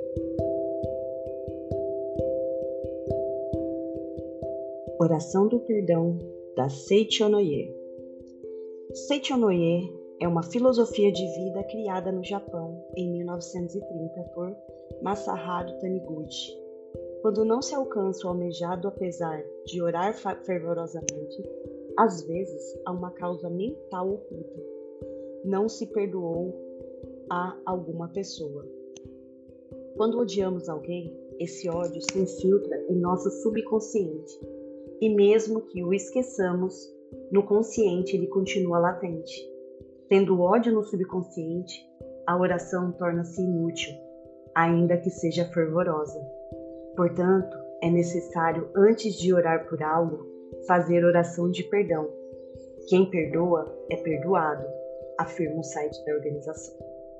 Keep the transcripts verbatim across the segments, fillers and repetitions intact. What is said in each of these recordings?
Oração do Perdão, da Seichonoye. Seichonoye é uma filosofia de vida criada no Japão em mil novecentos e trinta por Masaharu Taniguchi. Quando não se alcança o almejado apesar de orar fervorosamente, às vezes há uma causa mental oculta. Não se perdoou a alguma pessoa. Quando odiamos alguém, esse ódio se infiltra em nosso subconsciente. E mesmo que o esqueçamos, no consciente ele continua latente. Tendo ódio no subconsciente, a oração torna-se inútil, ainda que seja fervorosa. Portanto, é necessário, antes de orar por algo, fazer oração de perdão. Quem perdoa é perdoado, afirma o site da organização.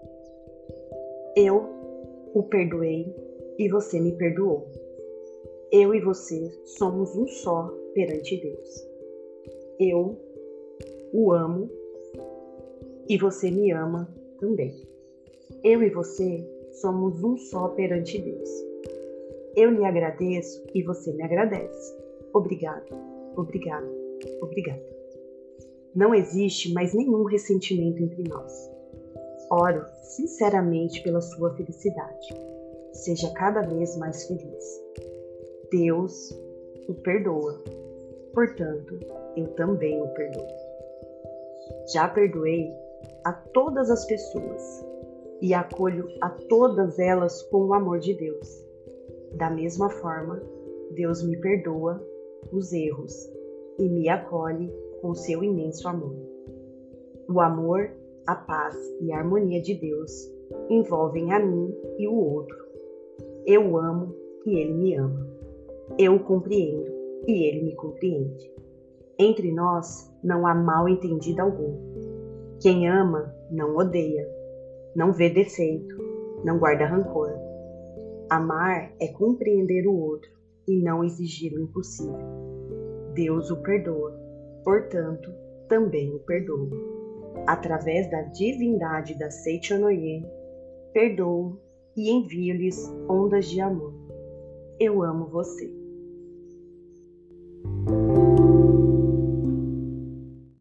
Eu o perdoei e você me perdoou. Eu e você somos um só perante Deus. Eu o amo e você me ama também. Eu e você somos um só perante Deus. Eu lhe agradeço e você me agradece. Obrigado, obrigado, obrigado. Não existe mais nenhum ressentimento entre nós. Oro sinceramente pela sua felicidade. Seja cada vez mais feliz. Deus o perdoa, portanto, eu também o perdoo. Já perdoei a todas as pessoas e acolho a todas elas com o amor de Deus. Da mesma forma, Deus me perdoa os erros e me acolhe com seu imenso amor. O amor, a paz e a harmonia de Deus envolvem a mim e o outro. Eu amo e ele me ama. Eu o compreendo e ele me compreende. Entre nós não há mal entendido algum. Quem ama não odeia, não vê defeito, não guarda rancor. Amar é compreender o outro e não exigir o impossível. Deus o perdoa, portanto, também o perdoa. Através da divindade da Seichonoye, perdoo e envio-lhes ondas de amor. Eu amo você.